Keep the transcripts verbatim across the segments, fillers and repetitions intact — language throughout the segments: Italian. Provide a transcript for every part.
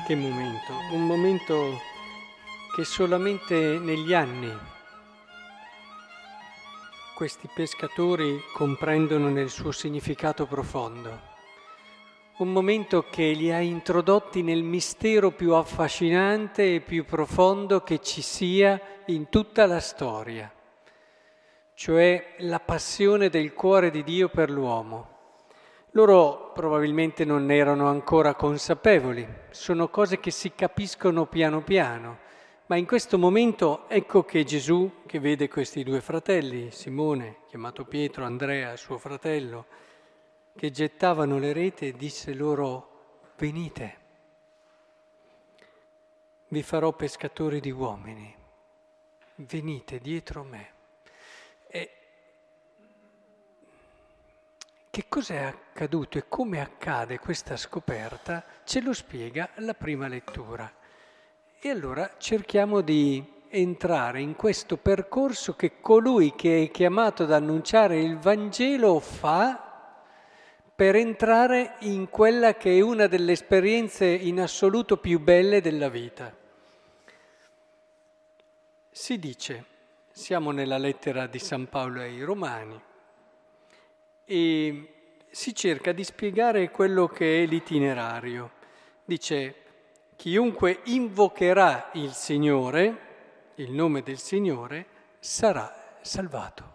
Che momento, un momento che solamente negli anni questi pescatori comprendono nel suo significato profondo. Un momento che li ha introdotti nel mistero più affascinante e più profondo che ci sia in tutta la storia, cioè la passione del cuore di Dio per l'uomo. Loro probabilmente non ne erano ancora consapevoli, sono cose che si capiscono piano piano, ma in questo momento ecco che Gesù, che vede questi due fratelli, Simone, chiamato Pietro, Andrea, suo fratello, che gettavano le reti, disse loro: venite, vi farò pescatori di uomini, venite dietro me. E che cos'è accaduto e come accade questa scoperta ce lo spiega la prima lettura. E allora cerchiamo di entrare in questo percorso che colui che è chiamato ad annunciare il Vangelo fa per entrare in quella che è una delle esperienze in assoluto più belle della vita. Si dice, siamo nella lettera di San Paolo ai Romani, e si cerca di spiegare quello che è l'itinerario. Dice: chiunque invocherà il Signore, il nome del Signore, sarà salvato.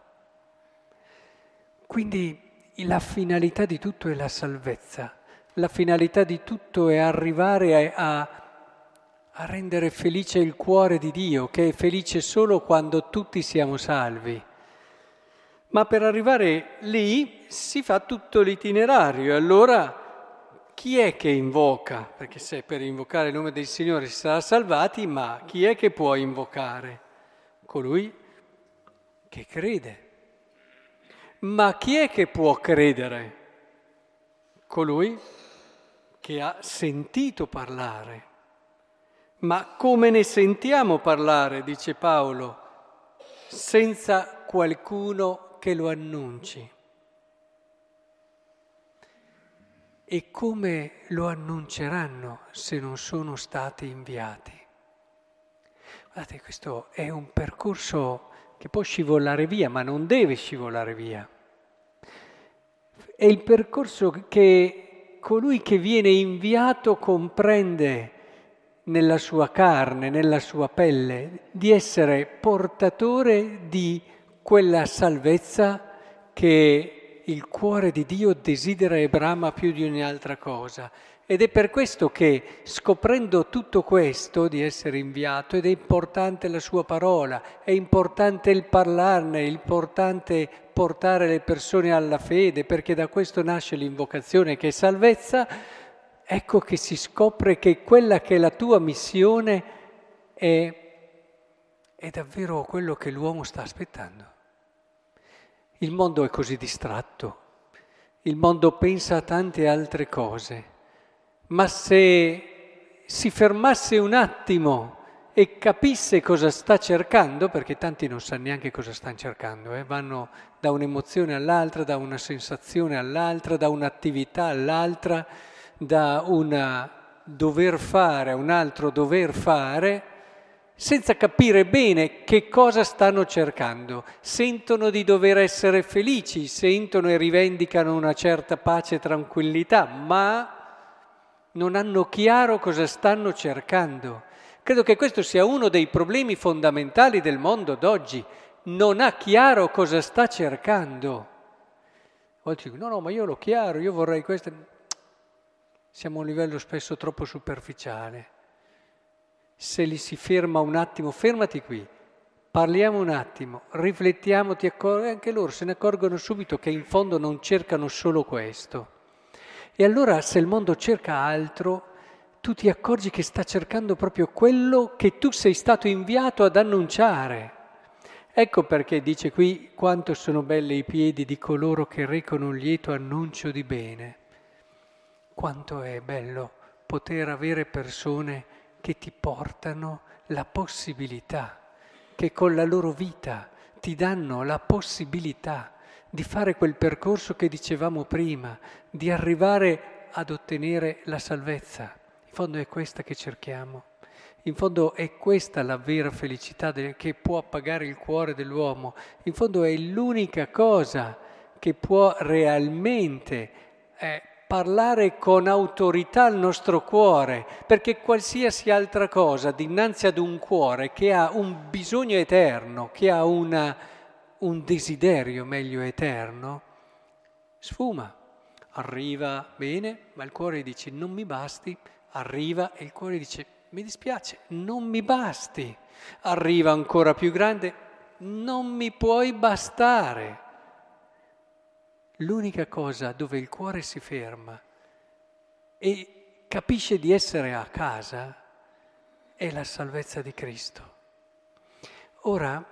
Quindi la finalità di tutto è la salvezza, la finalità di tutto è arrivare a, a, a rendere felice il cuore di Dio, che è felice solo quando tutti siamo salvi. Ma per arrivare lì si fa tutto l'itinerario. E allora chi è che invoca? Perché se per invocare il nome del Signore si sarà salvati, ma chi è che può invocare? Colui che crede. Ma chi è che può credere? Colui che ha sentito parlare. Ma come ne sentiamo parlare, dice Paolo, senza qualcuno che lo annunci? E come lo annunceranno se non sono stati inviati? Guardate, questo è un percorso che può scivolare via, ma non deve scivolare via. È il percorso che colui che viene inviato comprende nella sua carne, nella sua pelle, di essere portatore di quella salvezza che il cuore di Dio desidera e brama più di ogni altra cosa. Ed è per questo che, scoprendo tutto questo di essere inviato, ed è importante la sua parola, è importante il parlarne, è importante portare le persone alla fede, perché da questo nasce l'invocazione che è salvezza. Ecco che si scopre che quella che è la tua missione è, è davvero quello che l'uomo sta aspettando. Il mondo è così distratto, il mondo pensa a tante altre cose, ma se si fermasse un attimo e capisse cosa sta cercando, perché tanti non sanno neanche cosa stanno cercando, eh? Vanno da un'emozione all'altra, da una sensazione all'altra, da un'attività all'altra, da un dover fare a un altro dover fare, senza capire bene che cosa stanno cercando. Sentono di dover essere felici, sentono e rivendicano una certa pace e tranquillità, ma non hanno chiaro cosa stanno cercando. Credo che questo sia uno dei problemi fondamentali del mondo d'oggi. Non ha chiaro cosa sta cercando. A volte dico, no, no, ma io l'ho chiaro, io vorrei questo. Siamo a un livello spesso troppo superficiale. Se li si ferma un attimo, fermati qui, parliamo un attimo, riflettiamo, ti accor- anche loro se ne accorgono subito che in fondo non cercano solo questo. E allora se il mondo cerca altro, tu ti accorgi che sta cercando proprio quello che tu sei stato inviato ad annunciare. Ecco perché dice qui: quanto sono belli i piedi di coloro che recano un lieto annuncio di bene. Quanto è bello poter avere persone che ti portano la possibilità, che con la loro vita ti danno la possibilità di fare quel percorso che dicevamo prima, di arrivare ad ottenere la salvezza. fondo è questa che cerchiamo. In fondo è questa la vera felicità del, che può appagare il cuore dell'uomo. In fondo è l'unica cosa che può realmente eh, parlare con autorità al nostro cuore, perché qualsiasi altra cosa dinanzi ad un cuore che ha un bisogno eterno, che ha una, un desiderio meglio eterno, sfuma. Arriva bene, ma il cuore dice non mi basti, arriva e il cuore dice mi dispiace, non mi basti. Arriva ancora più grande, non mi puoi bastare. L'unica cosa dove il cuore si ferma e capisce di essere a casa è la salvezza di Cristo. Ora,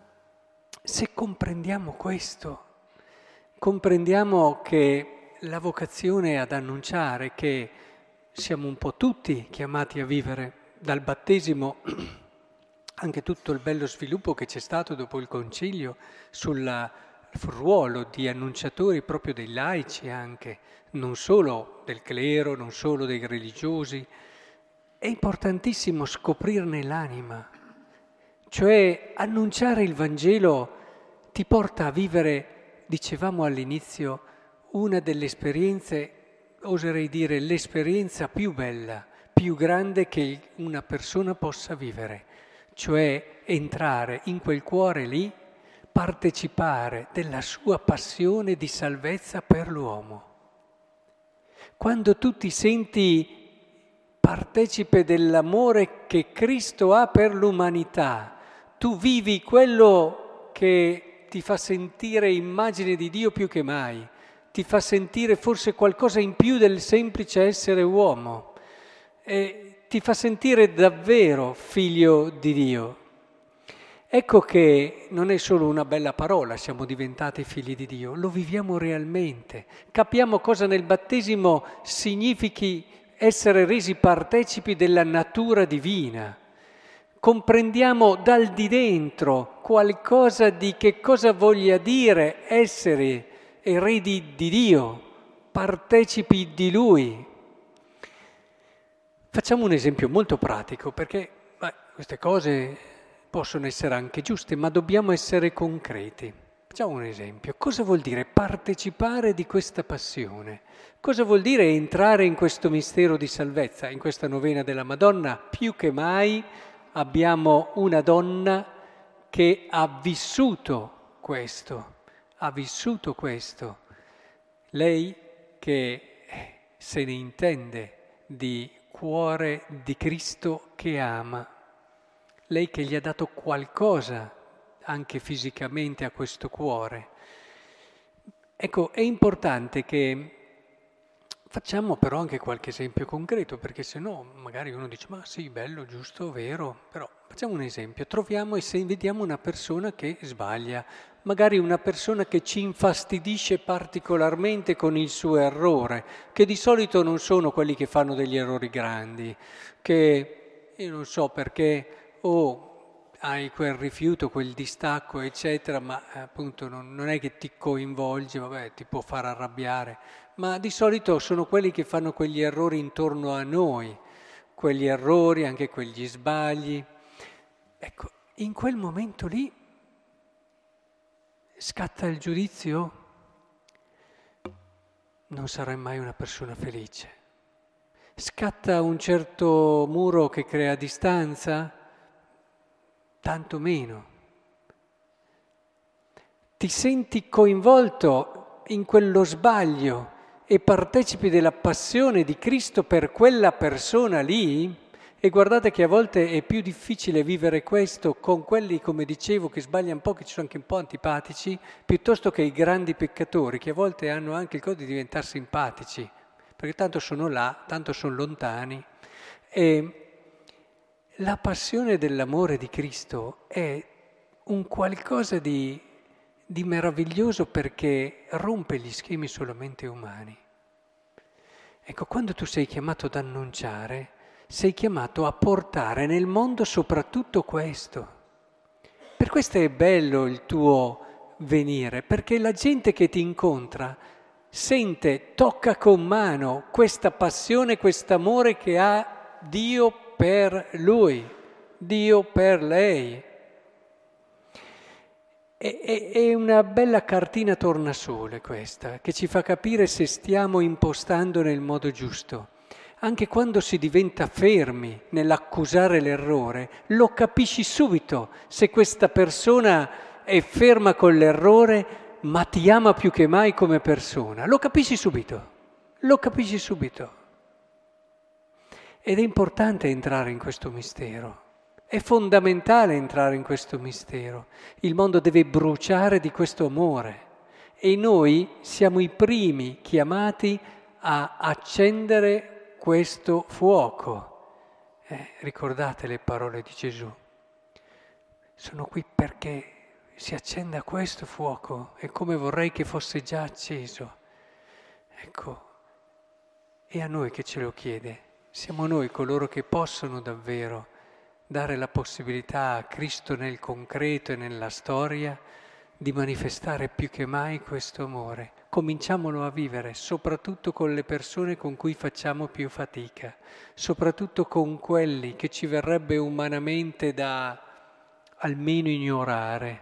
se comprendiamo questo, comprendiamo che la vocazione ad annunciare che siamo un po' tutti chiamati a vivere dal battesimo, anche tutto il bello sviluppo che c'è stato dopo il concilio sul ruolo di annunciatori proprio dei laici anche, non solo del clero, non solo dei religiosi. È importantissimo scoprirne l'anima, cioè annunciare il Vangelo ti porta a vivere, dicevamo all'inizio, una delle esperienze, oserei dire l'esperienza più bella, più grande che una persona possa vivere, cioè entrare in quel cuore lì, partecipare della sua passione di salvezza per l'uomo. Quando tu ti senti partecipe dell'amore che Cristo ha per l'umanità, tu vivi quello che ti fa sentire immagine di Dio più che mai, ti fa sentire forse qualcosa in più del semplice essere uomo, e ti fa sentire davvero figlio di Dio. Ecco che non è solo una bella parola, siamo diventati figli di Dio, lo viviamo realmente. Capiamo cosa nel battesimo significhi essere resi partecipi della natura divina. Comprendiamo dal di dentro qualcosa di che cosa voglia dire essere eredi di Dio, partecipi di Lui. Facciamo un esempio molto pratico, perché beh, queste cose possono essere anche giuste, ma dobbiamo essere concreti. Facciamo un esempio. Cosa vuol dire partecipare di questa passione? Cosa vuol dire entrare in questo mistero di salvezza? In questa novena della Madonna, più che mai abbiamo una donna che ha vissuto questo, ha vissuto questo. Lei che se ne intende di cuore di Cristo che ama. Lei che gli ha dato qualcosa anche fisicamente a questo cuore. Ecco, è importante che facciamo però anche qualche esempio concreto, perché se no magari uno dice ma sì, bello, giusto, vero, però facciamo un esempio. Troviamo e se vediamo una persona che sbaglia, magari una persona che ci infastidisce particolarmente con il suo errore, che di solito non sono quelli che fanno degli errori grandi, che io non so perché o hai quel rifiuto, quel distacco, eccetera, ma appunto non, non è che ti coinvolge, vabbè, ti può far arrabbiare, ma di solito sono quelli che fanno quegli errori intorno a noi, quegli errori, anche quegli sbagli. Ecco, in quel momento lì scatta il giudizio, non sarai mai una persona felice. Scatta un certo muro che crea distanza, tanto meno. Ti senti coinvolto in quello sbaglio e partecipi della passione di Cristo per quella persona lì, e guardate che a volte è più difficile vivere questo con quelli, come dicevo, che sbagliano un po', che ci sono anche un po' antipatici, piuttosto che i grandi peccatori, che a volte hanno anche il coso di diventare simpatici, perché tanto sono là, tanto sono lontani. E la passione dell'amore di Cristo è un qualcosa di, di meraviglioso, perché rompe gli schemi solamente umani. Ecco, quando tu sei chiamato ad annunciare, sei chiamato a portare nel mondo soprattutto questo. Per questo è bello il tuo venire, perché la gente che ti incontra sente, tocca con mano questa passione, quest'amore che ha Dio per lui, Dio per lei. È, è, è una bella cartina tornasole questa, che ci fa capire se stiamo impostando nel modo giusto. Anche quando si diventa fermi nell'accusare l'errore, lo capisci subito se questa persona è ferma con l'errore, ma ti ama più che mai come persona. Lo capisci subito, lo capisci subito. Ed è importante entrare in questo mistero, è fondamentale entrare in questo mistero. Il mondo deve bruciare di questo amore e noi siamo i primi chiamati a accendere questo fuoco. Eh, ricordate le parole di Gesù. Sono qui perché si accenda questo fuoco e come vorrei che fosse già acceso. Ecco, è a noi che ce lo chiede. Siamo noi coloro che possono davvero dare la possibilità a Cristo nel concreto e nella storia di manifestare più che mai questo amore. Cominciamolo a vivere, soprattutto con le persone con cui facciamo più fatica, soprattutto con quelli che ci verrebbe umanamente da almeno ignorare,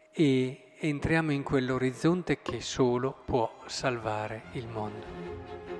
e entriamo in quell'orizzonte che solo può salvare il mondo.